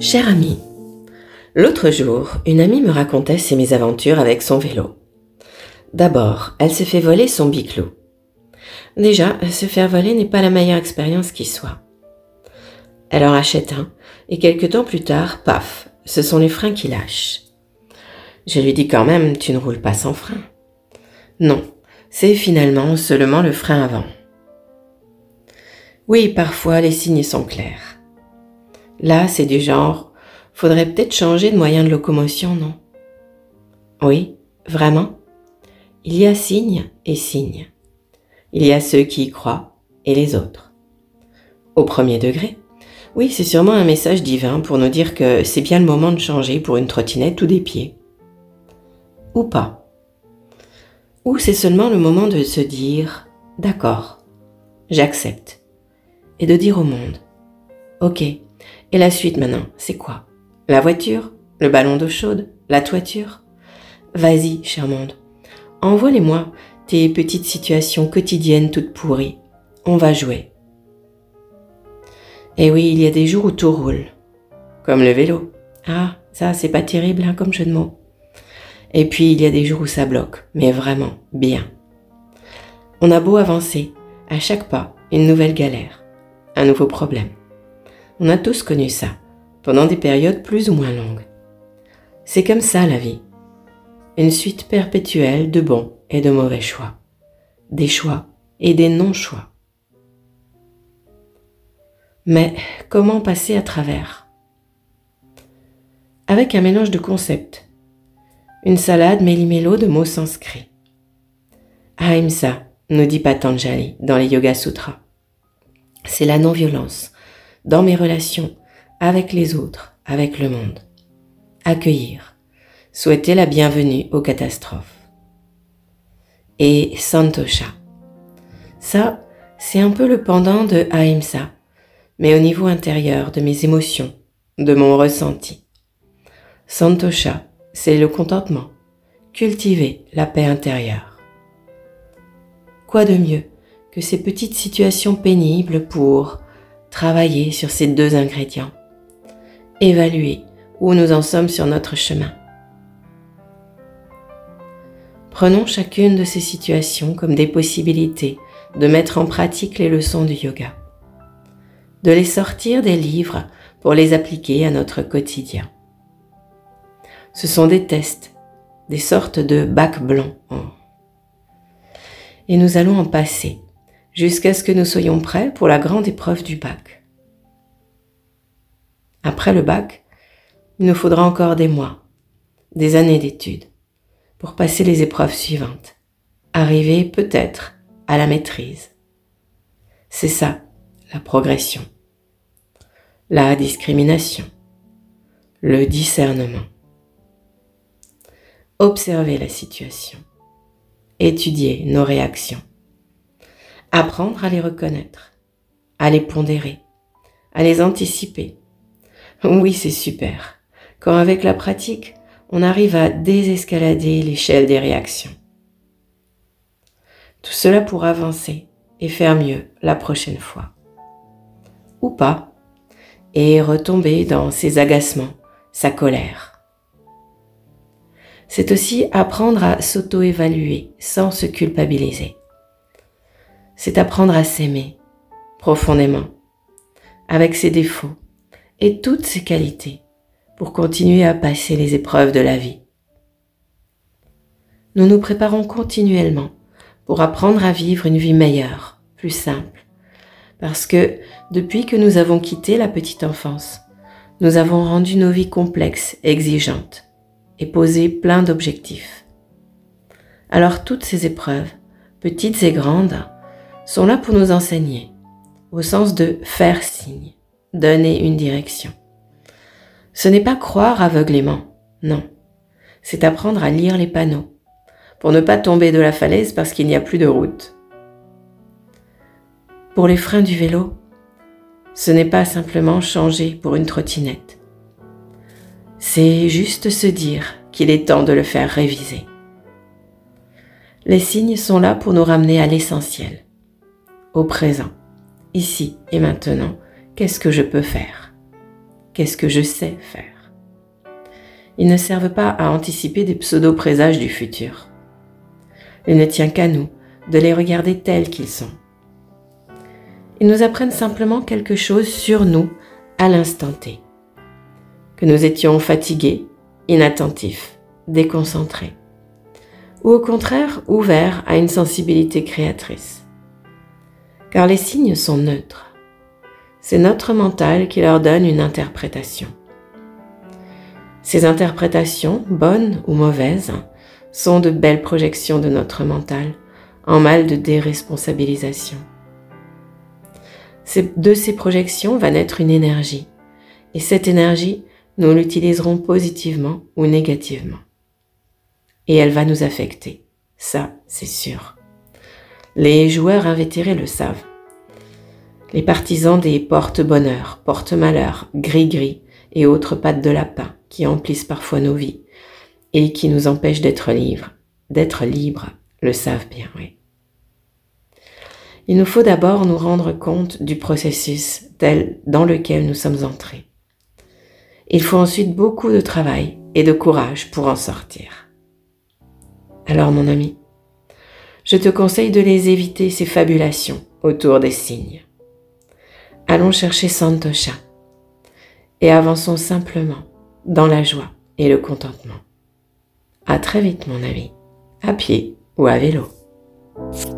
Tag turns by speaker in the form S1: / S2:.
S1: Cher ami, l'autre jour, une amie me racontait ses mésaventures avec son vélo. D'abord, elle s'est fait voler son biclou. Déjà, se faire voler n'est pas la meilleure expérience qui soit. Elle en rachète un, et quelque temps plus tard, paf, ce sont les freins qui lâchent. Je lui dis quand même, tu ne roules pas sans frein. Non, c'est finalement seulement le frein avant. Oui, parfois les signes sont clairs. Là, c'est du genre, faudrait peut-être changer de moyen de locomotion, non? Oui, vraiment. Il y a signes et signes. Il y a ceux qui y croient et les autres. Au premier degré, oui, c'est sûrement un message divin pour nous dire que c'est bien le moment de changer pour une trottinette ou des pieds. Ou pas. Ou c'est seulement le moment de se dire « D'accord, j'accepte » et de dire au monde « Ok, et la suite maintenant, c'est quoi? La voiture? Le ballon d'eau chaude? La toiture? Vas-y, cher monde, envoie-les-moi tes petites situations quotidiennes toutes pourries. On va jouer. » Et oui, il y a des jours où tout roule. Comme le vélo. Ah, ça, c'est pas terrible hein, comme jeu de mots. Et puis, il y a des jours où ça bloque, mais vraiment, bien. On a beau avancer, à chaque pas, une nouvelle galère, un nouveau problème. On a tous connu ça, pendant des périodes plus ou moins longues. C'est comme ça la vie. Une suite perpétuelle de bons et de mauvais choix. Des choix et des non-choix. Mais comment passer à travers? Avec un mélange de concepts. Une salade méli-mélo de mots sanscrits. Ahimsa, nous dit Patanjali dans les Yoga Sutras. C'est la non-violence dans mes relations avec les autres, avec le monde. Accueillir, souhaiter la bienvenue aux catastrophes. Et Santosha. Ça, c'est un peu le pendant de Ahimsa, mais au niveau intérieur de mes émotions, de mon ressenti. Santosha, c'est le contentement, cultiver la paix intérieure. Quoi de mieux que ces petites situations pénibles pour travailler sur ces deux ingrédients, évaluer où nous en sommes sur notre chemin. Prenons chacune de ces situations comme des possibilités de mettre en pratique les leçons du yoga, de les sortir des livres pour les appliquer à notre quotidien. Ce sont des tests, des sortes de bacs blancs. Et nous allons en passer jusqu'à ce que nous soyons prêts pour la grande épreuve du bac. Après le bac, il nous faudra encore des mois, des années d'études pour passer les épreuves suivantes, arriver peut-être à la maîtrise. C'est ça, la progression, la discrimination, le discernement. Observer la situation, étudier nos réactions, apprendre à les reconnaître, à les pondérer, à les anticiper. Oui, c'est super, quand avec la pratique, on arrive à désescalader l'échelle des réactions. Tout cela pour avancer et faire mieux la prochaine fois. Ou pas, et retomber dans ses agacements, sa colère. C'est aussi apprendre à s'auto-évaluer sans se culpabiliser. C'est apprendre à s'aimer profondément, avec ses défauts et toutes ses qualités, pour continuer à passer les épreuves de la vie. Nous nous préparons continuellement pour apprendre à vivre une vie meilleure, plus simple, parce que depuis que nous avons quitté la petite enfance, nous avons rendu nos vies complexes et exigeantes, et posé plein d'objectifs. Alors toutes ces épreuves, petites et grandes, sont là pour nous enseigner, au sens de faire signe, donner une direction. Ce n'est pas croire aveuglément, non. C'est apprendre à lire les panneaux, pour ne pas tomber de la falaise parce qu'il n'y a plus de route. Pour les freins du vélo, ce n'est pas simplement changer pour une trottinette. C'est juste se dire qu'il est temps de le faire réviser. Les signes sont là pour nous ramener à l'essentiel, au présent, ici et maintenant, qu'est-ce que je peux faire? qu'est-ce que je sais faire. Ils ne servent pas à anticiper des pseudo-présages du futur. Il ne tient qu'à nous de les regarder tels qu'ils sont. Ils nous apprennent simplement quelque chose sur nous à l'instant T. Que nous étions fatigués, inattentifs, déconcentrés, ou au contraire ouverts à une sensibilité créatrice. Car les signes sont neutres. C'est notre mental qui leur donne une interprétation. Ces interprétations, bonnes ou mauvaises, sont de belles projections de notre mental en mal de déresponsabilisation. De ces projections va naître une énergie, et cette énergie, nous l'utiliserons positivement ou négativement. Et elle va nous affecter, ça c'est sûr. Les joueurs invétérés le savent. Les partisans des porte-bonheur, porte-malheur, gris-gris et autres pattes de lapin qui emplissent parfois nos vies et qui nous empêchent d'être libres, le savent bien, oui. Il nous faut d'abord nous rendre compte du processus tel dans lequel nous sommes entrés. Il faut ensuite beaucoup de travail et de courage pour en sortir. Alors mon ami, je te conseille de les éviter ces fabulations autour des signes. Allons chercher Santosha et avançons simplement dans la joie et le contentement. À très vite mon ami, à pied ou à vélo.